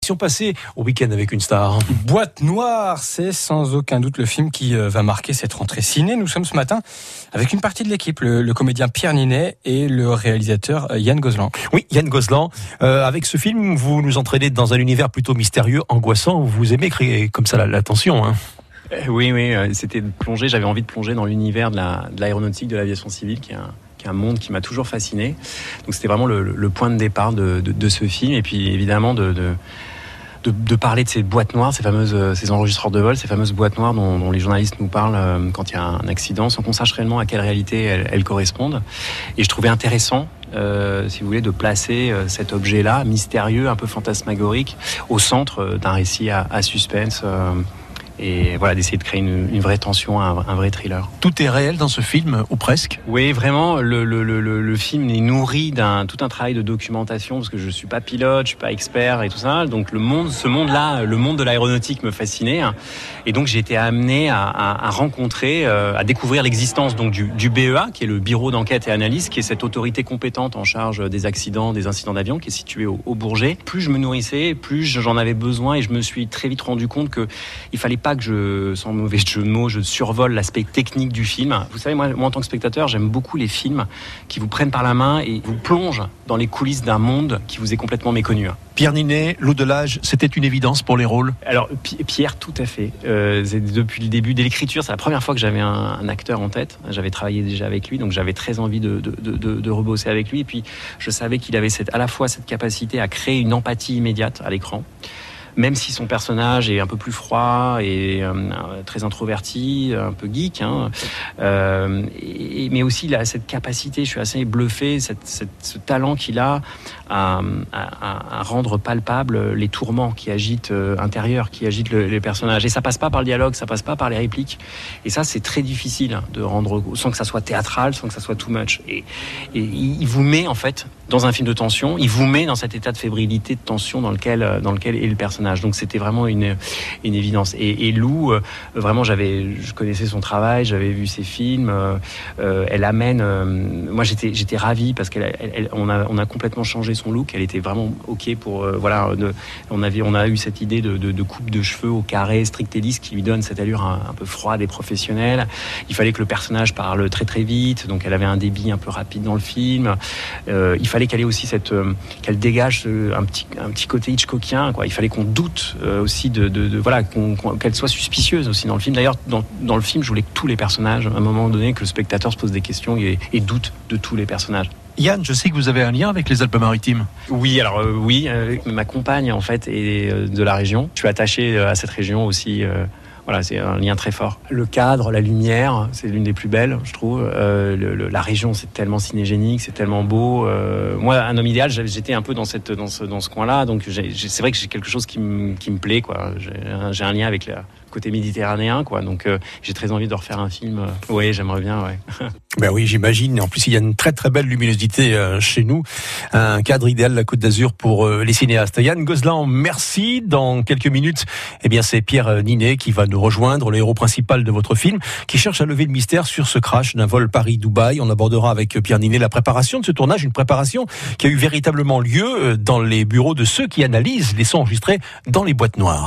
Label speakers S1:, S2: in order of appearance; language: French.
S1: Passé au week-end avec une star.
S2: Boîte Noire, c'est sans aucun doute le film qui va marquer cette rentrée ciné. Nous sommes ce matin avec une partie de l'équipe, le comédien Pierre Ninet et le réalisateur Yann Gozlan.
S1: Oui, Yann Gozlan. Avec ce film, vous nous entraînez dans un univers plutôt mystérieux, angoissant. Vous aimez créer comme ça la tension, hein.
S3: Oui, c'était de plonger. J'avais envie de plonger dans l'univers de l'aéronautique, de l'aviation civile, qui est un monde qui m'a toujours fasciné. Donc c'était vraiment le point de départ de ce film. Et puis évidemment de parler de ces boîtes noires, ces enregistreurs de vol, ces fameuses boîtes noires dont les journalistes nous parlent quand il y a un accident, sans qu'on sache réellement à quelle réalité elles correspondent. Et je trouvais intéressant, si vous voulez, de placer cet objet-là, mystérieux, un peu fantasmagorique, au centre d'un récit à suspense. Et voilà, d'essayer de créer une vraie tension, un vrai thriller.
S1: Tout est réel dans ce film, ou presque?
S3: Oui, vraiment, le film est nourri tout un travail de documentation, parce que je suis pas pilote, je suis pas expert et tout ça. Donc ce monde-là, le monde de l'aéronautique me fascinait. Et donc j'ai été amené à rencontrer, à découvrir l'existence donc du BEA, qui est le Bureau d'enquête et analyse, qui est cette autorité compétente en charge des accidents, des incidents d'avion, qui est située au Bourget. Plus je me nourrissais, plus j'en avais besoin, et je me suis très vite rendu compte que il fallait pas que sans mauvais jeu de mots, je survole l'aspect technique du film. Vous savez, moi en tant que spectateur, j'aime beaucoup les films qui vous prennent par la main et vous plongent dans les coulisses d'un monde qui vous est complètement méconnu.
S1: Pierre Ninet, l'au-delage, c'était une évidence pour les rôles?
S3: Alors, Pierre, tout à fait. Depuis le début, dès l'écriture, c'est la première fois que j'avais un acteur en tête. J'avais travaillé déjà avec lui, donc j'avais très envie de rebosser avec lui. Et puis, je savais qu'il avait à la fois cette capacité à créer une empathie immédiate à l'écran, même si son personnage est un peu plus froid et très introverti, un peu geek, mais aussi il a cette capacité, je suis assez bluffé, ce talent qu'il a à rendre palpables les tourments qui agitent intérieurs, qui agitent les personnages. Et ça passe pas par le dialogue, ça passe pas par les répliques. Et ça, c'est très difficile de rendre, sans que ça soit théâtral, sans que ça soit too much. Et il vous met, en fait, dans un film de tension, il vous met dans cet état de fébrilité, de tension dans lequel est le personnage. Donc c'était vraiment une évidence. Et Lou, vraiment, je connaissais son travail, j'avais vu ses films. Elle amène. Moi, j'étais ravi parce on a complètement changé son look. Elle était vraiment ok pour on a eu cette idée de coupe de cheveux au carré, strict et lisse, qui lui donne cette allure un peu froide et professionnelle. Il fallait que le personnage parle très très vite, donc elle avait un débit un peu rapide dans le film. Il fallait qu'elle ait aussi qu'elle dégage un petit côté Hitchcockien, quoi. Il fallait qu'on doute aussi qu'elle soit suspicieuse aussi dans le film. D'ailleurs, dans le film, je voulais que tous les personnages, à un moment donné, que le spectateur se pose des questions et doute de tous les personnages.
S1: Yann, je sais que vous avez un lien avec les Alpes-Maritimes.
S3: Oui, alors ma compagne en fait est de la région. Je suis attaché à cette région aussi. C'est un lien très fort. Le cadre, la lumière, c'est l'une des plus belles, je trouve. La région, c'est tellement cinégénique, c'est tellement beau. Moi, Un homme idéal, j'étais un peu dans ce coin-là, donc c'est vrai que j'ai quelque chose qui me plaît, quoi. J'ai un lien avec le côté méditerranéen, quoi. Donc j'ai très envie de refaire un film. Oui, j'aimerais bien, ouais.
S1: Ben oui, j'imagine. En plus, il y a une très très belle luminosité chez nous. Un cadre idéal de la Côte d'Azur pour les cinéastes. Yann Gozlan, merci. Dans quelques minutes, c'est Pierre Ninet qui va nous rejoindre, le héros principal de votre film, qui cherche à lever le mystère sur ce crash d'un vol Paris-Dubaï. On abordera avec Pierre Ninet la préparation de ce tournage, une préparation qui a eu véritablement lieu dans les bureaux de ceux qui analysent les sons enregistrés dans les boîtes noires.